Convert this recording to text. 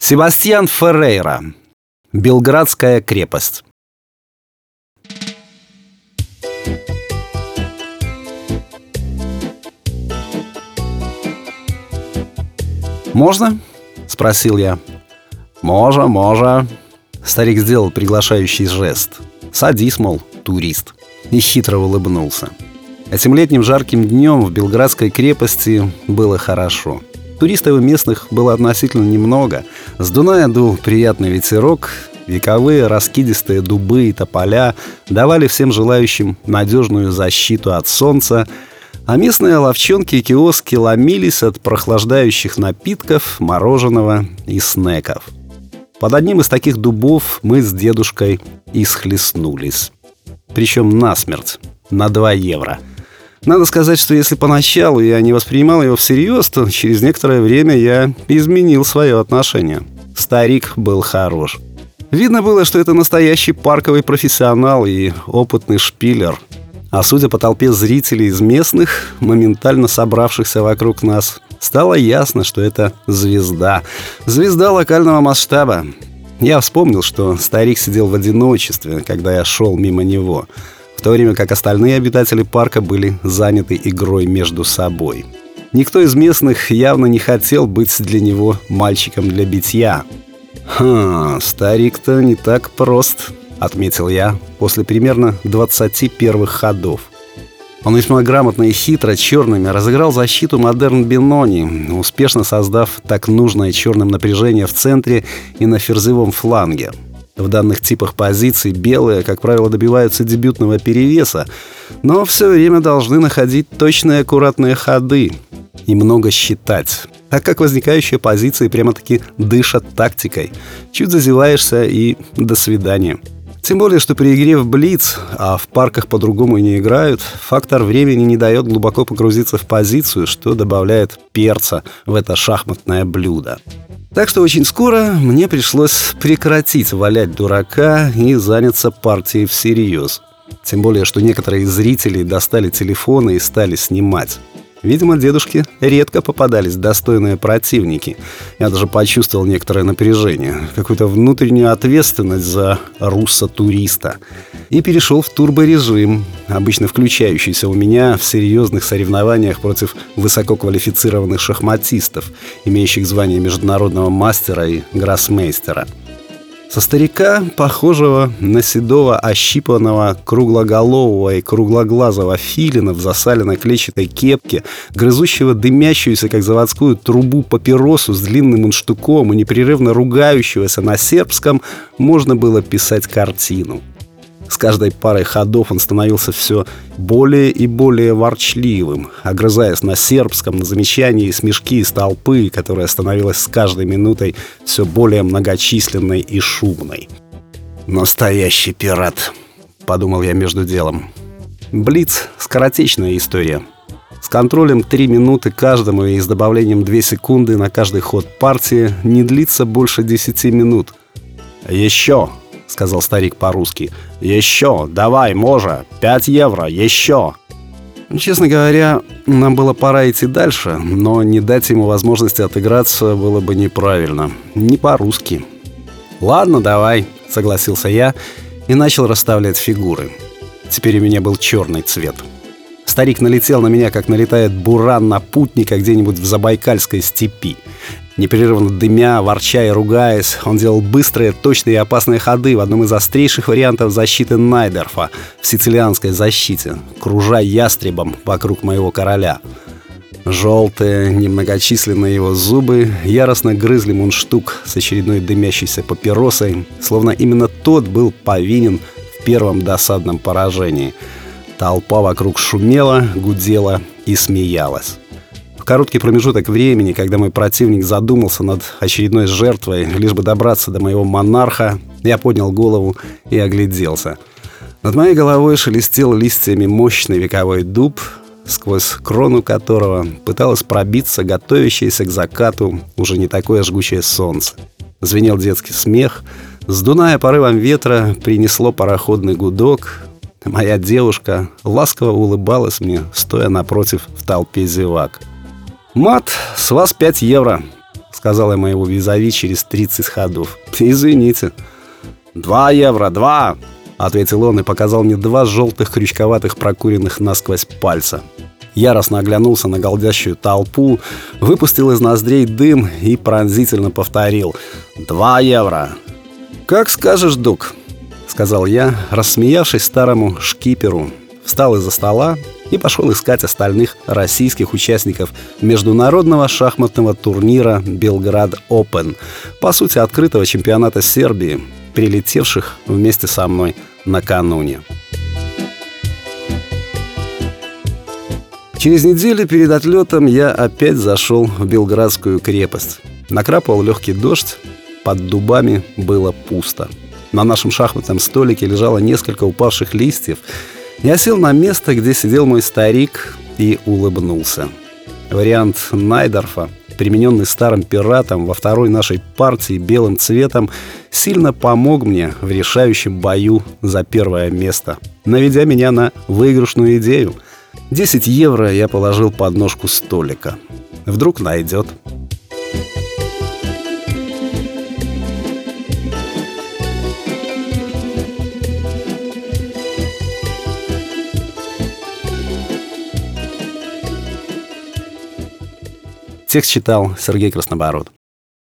Себастьян Феррейра. Белградская крепость. «Можно?» — спросил я. «Можа». Старик сделал приглашающий жест. «Садись, мол, турист». И хитро улыбнулся. Этим летним жарким днем в Белградской крепости было хорошо. Туристов и местных было относительно немного. С Дуная дул приятный ветерок. Вековые раскидистые дубы и тополя давали всем желающим надежную защиту от солнца, а местные лавчонки и киоски ломились от прохлаждающих напитков, мороженого и снеков. Под одним из таких дубов мы с дедушкой и схлестнулись. Причем насмерть, на 2 евро. Надо сказать, что если поначалу я не воспринимал его всерьез, то через некоторое время я изменил свое отношение. Старик был хорош. Видно было, что это настоящий парковый профессионал и опытный шпилер. А судя по толпе зрителей из местных, моментально собравшихся вокруг нас, стало ясно, что это звезда. Звезда локального масштаба. Я вспомнил, что старик сидел в одиночестве, когда я шел мимо него, в то время как остальные обитатели парка были заняты игрой между собой. Никто из местных явно не хотел быть для него мальчиком для битья. «Старик-то не так прост», — отметил я после примерно 20 первых ходов. Он весьма грамотно и хитро черными разыграл защиту Модерн Бенони, успешно создав так нужное черным напряжение в центре и на ферзевом фланге. В данных типах позиций белые, как правило, добиваются дебютного перевеса, но все время должны находить точные аккуратные ходы и много считать, так как возникающие позиции прямо-таки дышат тактикой. Чуть зазеваешься и до свидания. Тем более, что при игре в блиц, а в парках по-другому и не играют, фактор времени не дает глубоко погрузиться в позицию, что добавляет перца в это шахматное блюдо. Так что очень скоро мне пришлось прекратить валять дурака и заняться партией всерьез. Тем более, что некоторые из зрителей достали телефоны и стали снимать. Видимо, дедушке редко попадались достойные противники. Я даже почувствовал некоторое напряжение, какую-то внутреннюю ответственность за руссо-туриста. И перешел в турборежим, обычно включающийся у меня в серьезных соревнованиях против высококвалифицированных шахматистов, имеющих звание международного мастера и гроссмейстера. Со старика, похожего на седого, ощипанного, круглоголового и круглоглазого филина в засаленной клетчатой кепке, грызущего дымящуюся, как заводскую трубу, папиросу с длинным мундштуком и непрерывно ругающегося на сербском, можно было писать картину. С каждой парой ходов он становился все более и более ворчливым, огрызаясь на сербском, на замечания и смешки из толпы, которая становилась с каждой минутой все более многочисленной и шумной. «Настоящий пират», — подумал я между делом. Блиц — скоротечная история. С контролем 3 минуты каждому и с добавлением 2 секунды на каждый ход партии не длится больше 10 минут. «Еще!» — сказал старик по-русски. «Еще! Давай, Можа! 5 евро! Еще!» Честно говоря, нам было пора идти дальше, но не дать ему возможности отыграться было бы неправильно. Не по-русски. «Ладно, давай», — согласился я и начал расставлять фигуры. Теперь у меня был черный цвет. Старик налетел на меня, как налетает буран на путника где-нибудь в Забайкальской степи. Непрерывно дымя, ворча и ругаясь, он делал быстрые, точные и опасные ходы в одном из острейших вариантов защиты Найдерфа в сицилианской защите, кружа ястребом вокруг моего короля. Желтые, немногочисленные его зубы яростно грызли мундштук с очередной дымящейся папиросой, словно именно тот был повинен в первом досадном поражении. Толпа вокруг шумела, гудела и смеялась. В короткий промежуток времени, когда мой противник задумался над очередной жертвой, лишь бы добраться до моего монарха, я поднял голову и огляделся. Над моей головой шелестел листьями мощный вековой дуб, сквозь крону которого пыталось пробиться готовящееся к закату уже не такое жгучее солнце. Звенел детский смех, с Дуная порывом ветра принесло пароходный гудок. Моя девушка ласково улыбалась мне, стоя напротив в толпе зевак. «Мат, с вас 5 евро», — сказал я моего визави через 30 ходов. «Извините». «2 евро, 2!» — ответил он и показал мне 2 желтых крючковатых прокуренных насквозь пальца. Яростно оглянулся на голдящую толпу, выпустил из ноздрей дым и пронзительно повторил: «2 евро!» «Как скажешь, Дук», — сказал я, рассмеявшись старому шкиперу, встал из-за стола и пошел искать остальных российских участников международного шахматного турнира «Белград Опен», по сути, открытого чемпионата Сербии, прилетевших вместе со мной накануне. Через неделю перед отлетом я опять зашел в Белградскую крепость. Накрапывал легкий дождь, под дубами было пусто. На нашем шахматном столике лежало несколько упавших листьев. Я сел на место, где сидел мой старик, и улыбнулся. Вариант Найдорфа, примененный старым пиратом во второй нашей партии белым цветом, сильно помог мне в решающем бою за первое место, наведя меня на выигрышную идею. 10 евро я положил под ножку столика. Вдруг найдет. Текст читал Сергей Краснобород.